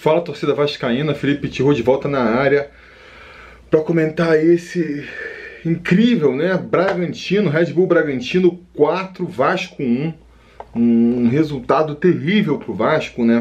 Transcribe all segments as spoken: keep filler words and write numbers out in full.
Fala, torcida vascaína, Felipe Tirou de volta na área para comentar esse incrível, né? Bragantino, Red Bull Bragantino quatro, Vasco um. Um resultado terrível pro Vasco, né?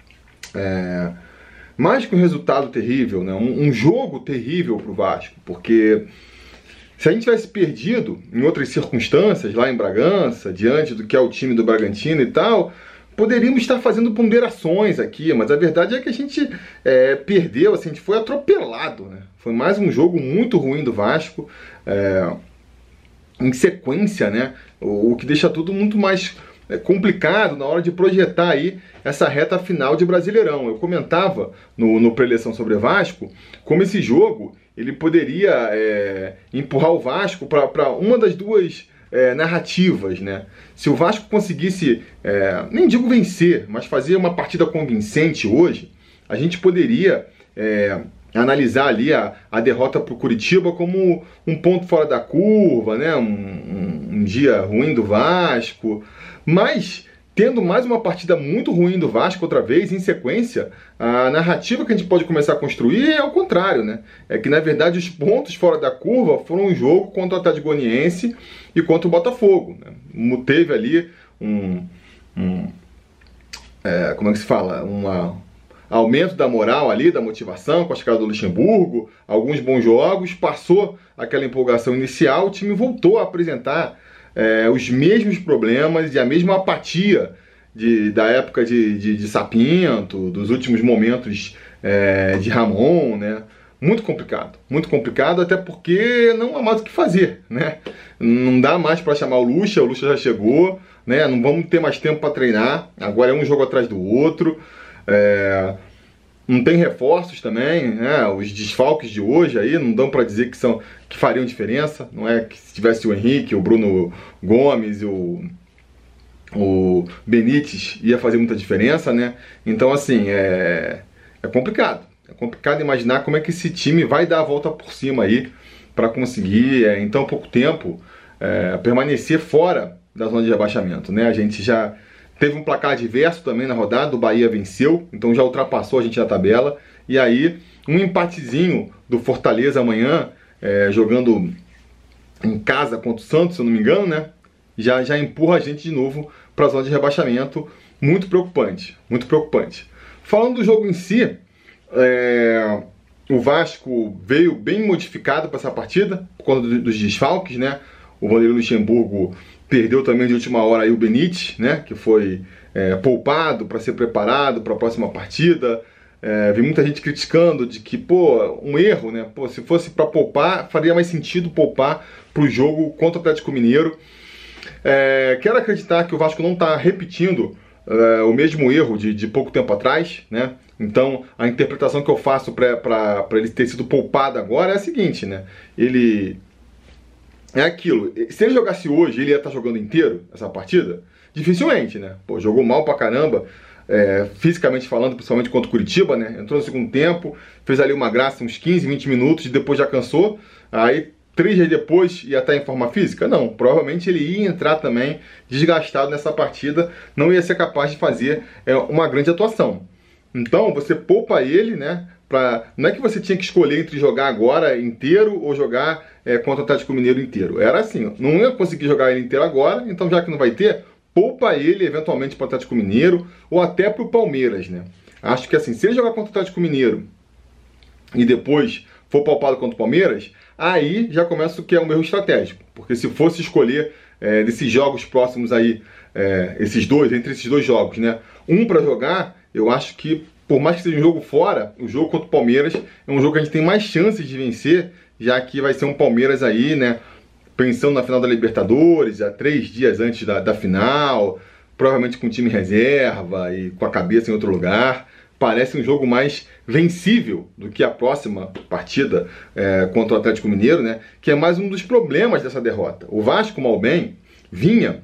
É, mais que um resultado terrível, né? Um, um jogo terrível pro Vasco, porque se a gente tivesse perdido em outras circunstâncias, lá em Bragança, diante do que é o time do Bragantino e tal, poderíamos estar fazendo ponderações aqui, mas a verdade é que a gente é, perdeu, assim, a gente foi atropelado, né? Foi mais um jogo muito ruim do Vasco, é, em sequência, né? O, o que deixa tudo muito mais é, complicado na hora de projetar aí essa reta final de Brasileirão. Eu comentava no, no pré-eleição sobre Vasco como esse jogo ele poderia é, empurrar o Vasco para uma das duas É, narrativas, né? Se o Vasco conseguisse, é, nem digo vencer, mas fazer uma partida convincente hoje, a gente poderia é, analisar ali a, a derrota para o Curitiba como um ponto fora da curva, né? Um, um, um dia ruim do Vasco, mas tendo mais uma partida muito ruim do Vasco outra vez, em sequência, a narrativa que a gente pode começar a construir é o contrário, né? É que, na verdade, os pontos fora da curva foram um jogo contra o Atlético Goianiense e contra o Botafogo, né? Teve ali um... um é, como é que se fala? Um aumento da moral ali, da motivação com a chegada do Luxemburgo, alguns bons jogos, passou aquela empolgação inicial, o time voltou a apresentar É, os mesmos problemas e a mesma apatia de, da época de, de, de Sapinto, dos últimos momentos é, de Ramon, né? Muito complicado, muito complicado, até porque não há mais o que fazer, né? Não dá mais para chamar o Lucha, o Lucha já chegou, né? Não vamos ter mais tempo para treinar, agora é um jogo atrás do outro, é... não tem reforços também, né? Os desfalques de hoje aí não dão para dizer que, são, que fariam diferença. Não é que se tivesse o Henrique, o Bruno Gomes e o, o Benítez ia fazer muita diferença, né? Então, assim, é, é complicado. É complicado imaginar como é que esse time vai dar a volta por cima aí para conseguir, é, em tão pouco tempo, é, permanecer fora da zona de rebaixamento, né? A gente já teve um placar adverso também na rodada, o Bahia venceu, então já ultrapassou a gente na tabela. E aí, um empatezinho do Fortaleza amanhã, é, jogando em casa contra o Santos, se eu não me engano, né? Já, já empurra a gente de novo para a zona de rebaixamento. Muito preocupante, muito preocupante. Falando do jogo em si, é, o Vasco veio bem modificado para essa partida, por conta dos desfalques, né? O Vanderlei Luxemburgo perdeu também de última hora aí o Benítez, né, que foi é, poupado para ser preparado para a próxima partida. É, vi muita gente criticando de que, pô, um erro, né? Pô, se fosse para poupar, faria mais sentido poupar para o jogo contra o Atlético Mineiro. É, quero acreditar que o Vasco não está repetindo é, o mesmo erro de, de pouco tempo atrás, né? Então, a interpretação que eu faço para ele ter sido poupado agora é a seguinte, né? Ele... É aquilo, se ele jogasse hoje, ele ia estar jogando inteiro essa partida? Dificilmente, né? Pô, jogou mal pra caramba, é, fisicamente falando, principalmente contra o Curitiba, né? Entrou no segundo tempo, fez ali uma graça, uns quinze, vinte minutos, depois já cansou. Aí, três dias depois, ia estar em forma física? Não, provavelmente ele ia entrar também desgastado nessa partida, não ia ser capaz de fazer é, uma grande atuação. Então, você poupa ele, né? Pra, não é que você tinha que escolher entre jogar agora inteiro ou jogar é, contra o Atlético Mineiro inteiro. Era assim, não ia conseguir jogar ele inteiro agora, então já que não vai ter, poupa ele eventualmente para o Atlético Mineiro ou até para o Palmeiras, né? Acho que assim, se ele jogar contra o Atlético Mineiro e depois for poupado contra o Palmeiras, aí já começa o que é um erro estratégico. Porque se fosse escolher é, desses jogos próximos aí, é, esses dois, entre esses dois jogos, né? Um para jogar, eu acho que por mais que seja um jogo fora, o jogo contra o Palmeiras é um jogo que a gente tem mais chances de vencer, já que vai ser um Palmeiras aí, né, pensando na final da Libertadores, já três dias antes da, da final, provavelmente com o time reserva e com a cabeça em outro lugar. Parece um jogo mais vencível do que a próxima partida é, contra o Atlético Mineiro, né, que é mais um dos problemas dessa derrota. O Vasco, mal bem, vinha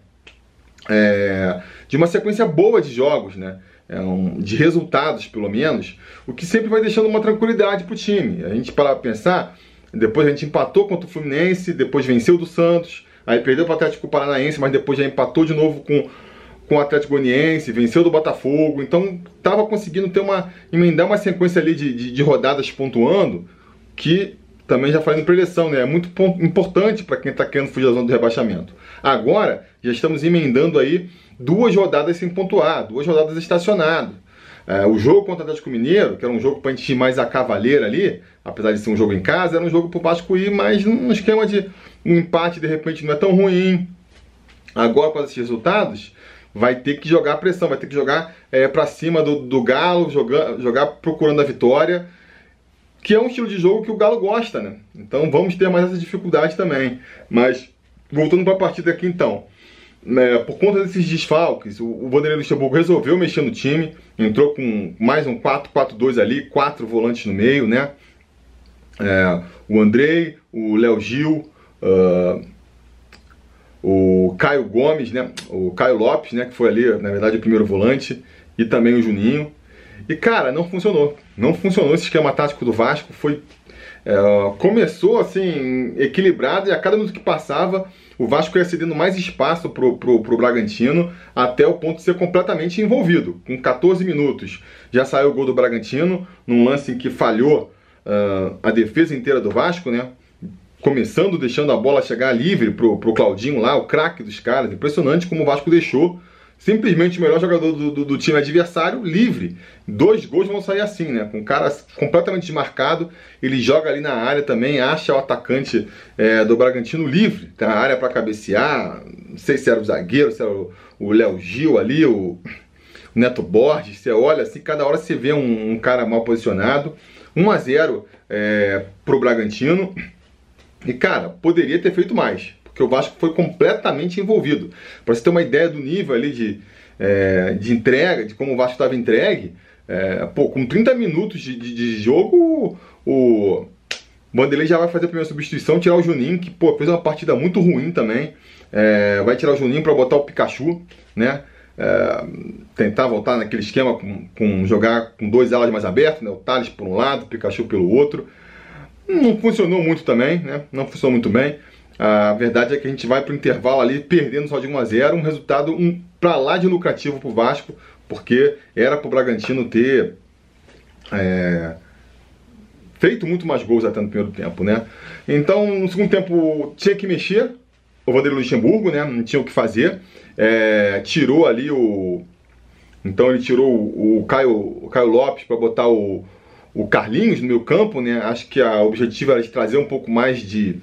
é, de uma sequência boa de jogos, né, de resultados pelo menos, o que sempre vai deixando uma tranquilidade para o time. A gente para pensar, depois a gente empatou contra o Fluminense, depois venceu do Santos, aí perdeu para o Atlético Paranaense, mas depois já empatou de novo com, com o Atlético Goianiense, venceu do Botafogo, então estava conseguindo ter uma, emendar uma sequência ali de, de, de rodadas pontuando, que também já falei na preleção, né? É muito importante para quem está querendo fugir da zona do rebaixamento. Agora, já estamos emendando aí duas rodadas sem pontuar, duas rodadas estacionadas. É, o jogo contra o Atlético Mineiro, que era um jogo para a gente ir mais a cavaleira ali, apesar de ser um jogo em casa, era um jogo para o Vasco ir mais num esquema de um empate, de repente não é tão ruim. Agora, com esses resultados, vai ter que jogar pressão, vai ter que jogar é, para cima do, do Galo, jogar, jogar procurando a vitória, que é um estilo de jogo que o Galo gosta, né? Então vamos ter mais essa dificuldade também. Mas, voltando para a partida aqui então, é, por conta desses desfalques, o, o Vanderlei Luxemburgo resolveu mexer no time, entrou com mais um quatro quatro dois ali, quatro volantes no meio, né? É, o Andrei, o Léo Gil, uh, o Caio Gomes, né? O Caio Lopes, né? Que foi ali, na verdade, o primeiro volante, e também o Juninho. E, cara, não funcionou. Não funcionou esse esquema tático do Vasco. Foi, é, começou, assim, equilibrado, e a cada minuto que passava, o Vasco ia cedendo mais espaço pro, pro, pro Bragantino, até o ponto de ser completamente envolvido. Com quatorze minutos, já saiu o gol do Bragantino, num lance em que falhou uh, a defesa inteira do Vasco, né? Começando, deixando a bola chegar livre pro, pro Claudinho lá, o craque dos caras. Impressionante como o Vasco deixou simplesmente o melhor jogador do, do, do time adversário livre. Dois gols vão sair assim, né? Com o cara completamente desmarcado, ele joga ali na área também, acha o atacante é, do Bragantino livre. Tem a área para cabecear, não sei se era o zagueiro, se era o Léo Gil ali, o, o Neto Borges. Você olha assim, cada hora você vê um, um cara mal posicionado. um a zero é, pro Bragantino. E, cara, poderia ter feito mais, porque o Vasco foi completamente envolvido. Para você ter uma ideia do nível ali de, é, de entrega, de como o Vasco estava entregue, é, pô, com trinta minutos de, de, de jogo, o Vanderlei já vai fazer a primeira substituição, tirar o Juninho, que pô, fez uma partida muito ruim também. É, vai tirar o Juninho para botar o Pikachu, né? É, tentar voltar naquele esquema com, com jogar com dois alas mais abertos, né? O Thales por um lado, o Pikachu pelo outro. Não funcionou muito também, né? Não funcionou muito bem. A verdade é que a gente vai para o intervalo ali perdendo só de um a zero, um resultado um, para lá de lucrativo para o Vasco, porque era para o Bragantino ter é, feito muito mais gols até no primeiro tempo, né? Então, no segundo tempo, tinha que mexer o Vanderlei Luxemburgo, né? Não tinha o que fazer. É, tirou ali o... Então ele tirou o, o, Caio, o Caio Lopes para botar o o Carlinhos no meio campo, né? Acho que o objetivo era de trazer um pouco mais de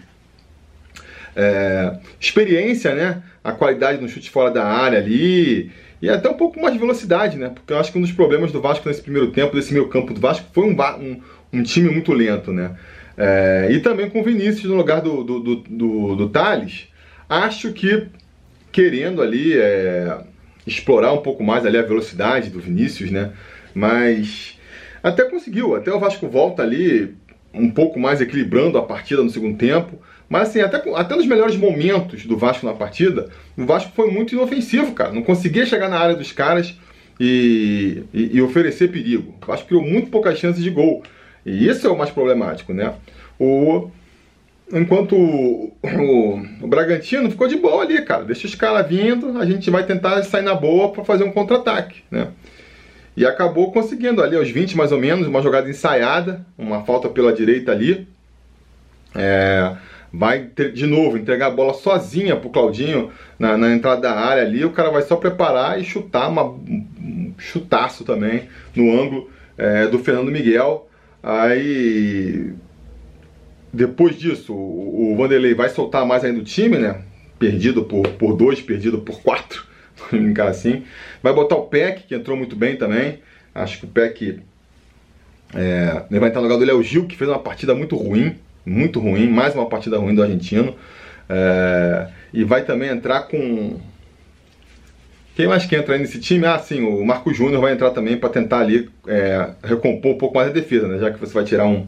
é, experiência, né? A qualidade no chute fora da área ali, e até um pouco mais de velocidade, né? Porque eu acho que um dos problemas do Vasco nesse primeiro tempo, desse meio campo do Vasco, foi um, um, um time muito lento, né? É, e também com o Vinícius no lugar do, do, do, do, do Thales, acho que querendo ali é, explorar um pouco mais ali a velocidade do Vinícius, né? Mas até conseguiu, até o Vasco volta ali um pouco mais equilibrando a partida no segundo tempo. Mas assim, até, até nos melhores momentos do Vasco na partida, o Vasco foi muito inofensivo, cara. Não conseguia chegar na área dos caras e, e, e oferecer perigo. O Vasco criou muito poucas chances de gol. E isso é o mais problemático, né? O, enquanto o, o, o Bragantino ficou de boa ali, cara. Deixa os caras vindo, a gente vai tentar sair na boa para fazer um contra-ataque, né? E acabou conseguindo ali aos vinte mais ou menos, uma jogada ensaiada, uma falta pela direita ali. É, vai ter, de novo entregar a bola sozinha pro Claudinho na, na entrada da área ali. O cara vai só preparar e chutar, uma, um chutaço também no ângulo é, do Fernando Miguel. Aí depois disso o, o Vanderlei vai soltar mais ainda o time, né? Perdido por, por dois, perdido por quatro. Brincar assim, vai botar o Peck, que entrou muito bem também. Acho que o Peck é, ele vai entrar no lugar do Léo Gil, que fez uma partida muito ruim, muito ruim, mais uma partida ruim do argentino. É, e vai também entrar com... Quem mais que entra aí nesse time? Ah, sim, o Marco Júnior vai entrar também para tentar ali é, recompor um pouco mais a defesa, né? Já que você vai tirar um...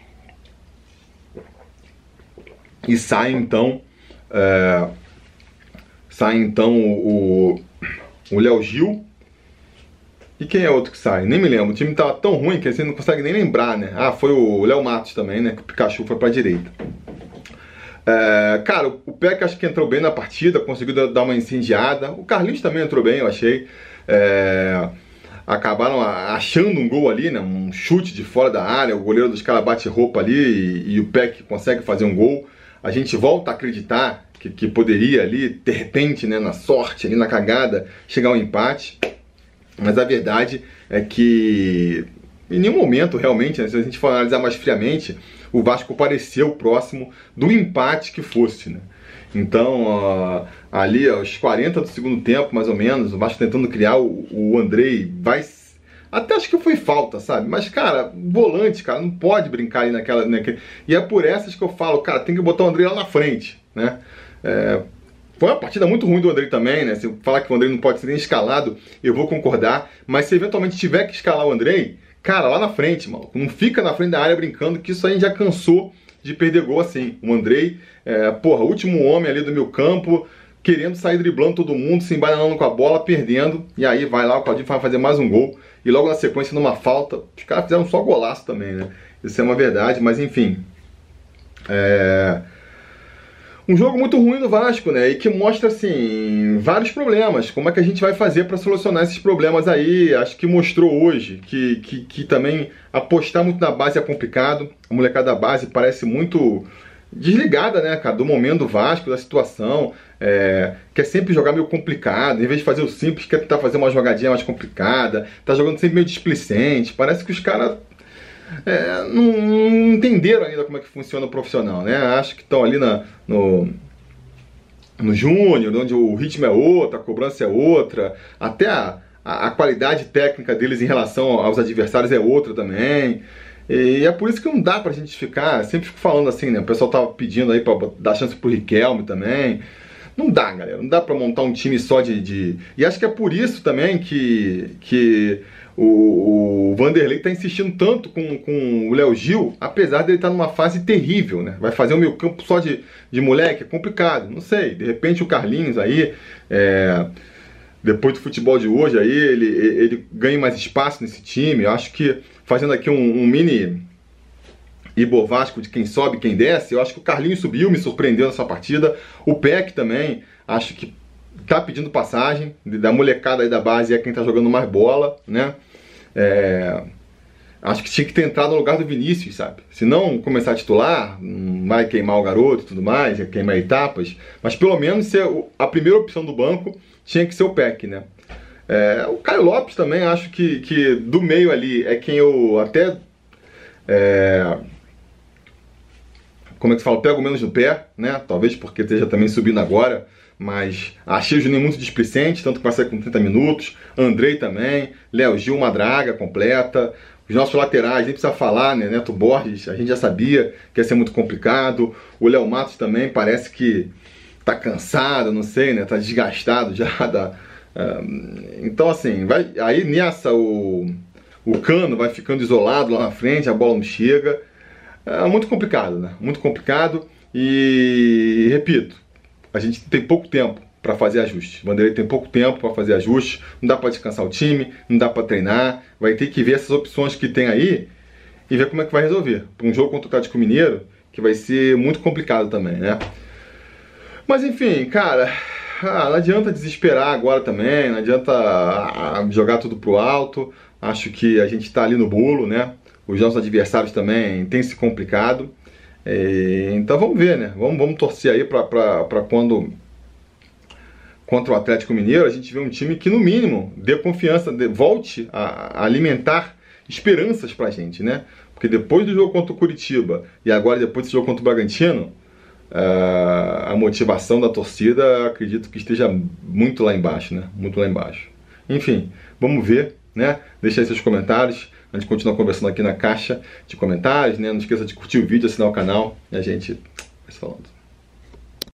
E sai então... É, sai então o Léo Gil. E quem é outro que sai? Nem me lembro. O time tava tão ruim que você não consegue nem lembrar, né? Ah, foi o Léo Matos também, né? Que o Pikachu foi pra direita. É, cara, o Peck acho que entrou bem na partida, conseguiu dar uma incendiada. O Carlinhos também entrou bem, eu achei. É, acabaram achando um gol ali, né? Um chute de fora da área. O goleiro dos caras bate roupa ali e, e o Peck consegue fazer um gol. A gente volta a acreditar que, que poderia ali, de repente, né, na sorte, ali na cagada, chegar ao empate. Mas a verdade é que em nenhum momento, realmente, né, se a gente for analisar mais friamente, o Vasco pareceu próximo do empate que fosse, né? Então, uh, ali aos quarenta do segundo tempo, mais ou menos, o Vasco tentando criar, o, o Andrei vai... Até acho que foi falta, sabe? Mas, cara, volante, cara, não pode brincar ali naquela... naquele... E é por essas que eu falo, cara, tem que botar o Andrei lá na frente, né? É... Foi uma partida muito ruim do Andrei também, né? Se falar que o Andrei não pode ser nem escalado, eu vou concordar. Mas se eventualmente tiver que escalar o Andrei, cara, lá na frente, mano. Não fica na frente da área brincando, que isso aí já cansou de perder gol assim. O Andrei, é, porra, último homem ali do meu campo, querendo sair driblando todo mundo, se embananando com a bola, perdendo. E aí vai lá, o Claudinho vai fazer mais um gol. E logo na sequência, numa falta, os caras fizeram só golaço também, né? Isso é uma verdade, mas enfim. É... Um jogo muito ruim do Vasco, né? E que mostra, assim, vários problemas. Como é que a gente vai fazer para solucionar esses problemas aí? Acho que mostrou hoje que, que, que também apostar muito na base é complicado. A molecada da base parece muito desligada, né, cara? Do momento do Vasco, da situação. É, quer sempre jogar meio complicado. Em vez de fazer o simples, quer tentar fazer uma jogadinha mais complicada. Tá jogando sempre meio displicente. Parece que os caras... É, não, não entenderam ainda como é que funciona o profissional, né? Acho que estão ali na, no, no júnior, onde o ritmo é outro, a cobrança é outra, até a, a, a qualidade técnica deles em relação aos adversários é outra também. E é por isso que não dá pra gente ficar, sempre fico falando assim, né? O pessoal tava pedindo aí pra dar chance pro Riquelme também. Não dá, galera, não dá pra montar um time só de... de... E acho que é por isso também que... que O, o Vanderlei está insistindo tanto com, com o Léo Gil, apesar dele estar numa fase terrível, né? Vai fazer o meio campo só de, de moleque, é complicado, não sei. De repente o Carlinhos aí, é, depois do futebol de hoje, aí ele, ele ganha mais espaço nesse time. Eu acho que fazendo aqui um, um mini Ibo Vasco de quem sobe e quem desce, eu acho que o Carlinhos subiu, me surpreendeu nessa partida. O Peck também, acho que tá pedindo passagem, da molecada aí da base é quem tá jogando mais bola, né? É, acho que tinha que ter entrado no lugar do Vinícius, sabe? Se não começar a titular, vai queimar o garoto e tudo mais, vai queimar etapas, mas pelo menos ser a primeira opção do banco tinha que ser o Peck, né? É, o Caio Lopes também, acho que, que do meio ali é quem eu até... É, como é que se fala? Pego menos no pé, né? Talvez porque esteja também subindo agora. Mas achei o Juninho muito displicente, tanto que vai sair com trinta minutos. Andrei também, Léo Gil, uma draga completa. Os nossos laterais, nem precisa falar, né? Neto Borges, a gente já sabia que ia ser muito complicado. O Léo Matos também parece que tá cansado, não sei, né? Tá desgastado já. Da, uh, então, assim, vai, aí nessa o, o Cano vai ficando isolado lá na frente, a bola não chega. É muito complicado, né? Muito complicado. E, repito, a gente tem pouco tempo para fazer ajustes. O Vanderlei tem pouco tempo para fazer ajustes. Não dá para descansar o time, não dá para treinar. Vai ter que ver essas opções que tem aí e ver como é que vai resolver. Para um jogo contra o Atlético Mineiro, que vai ser muito complicado também, né? Mas enfim, cara, ah, não adianta desesperar agora também, não adianta jogar tudo pro alto. Acho que a gente está ali no bolo, né? Os nossos adversários também têm se complicado. É, então vamos ver, né? Vamos, vamos torcer aí para quando contra o Atlético Mineiro a gente vê um time que no mínimo dê confiança, dê, volte a, a alimentar esperanças pra gente, né? Porque depois do jogo contra o Curitiba e agora depois do jogo contra o Bragantino, a, a motivação da torcida acredito que esteja muito lá embaixo, né? Muito lá embaixo. Enfim, vamos ver, né? Deixa aí seus comentários. A gente continua conversando aqui na caixa de comentários, né? Não esqueça de curtir o vídeo, assinar o canal e a gente vai se falando.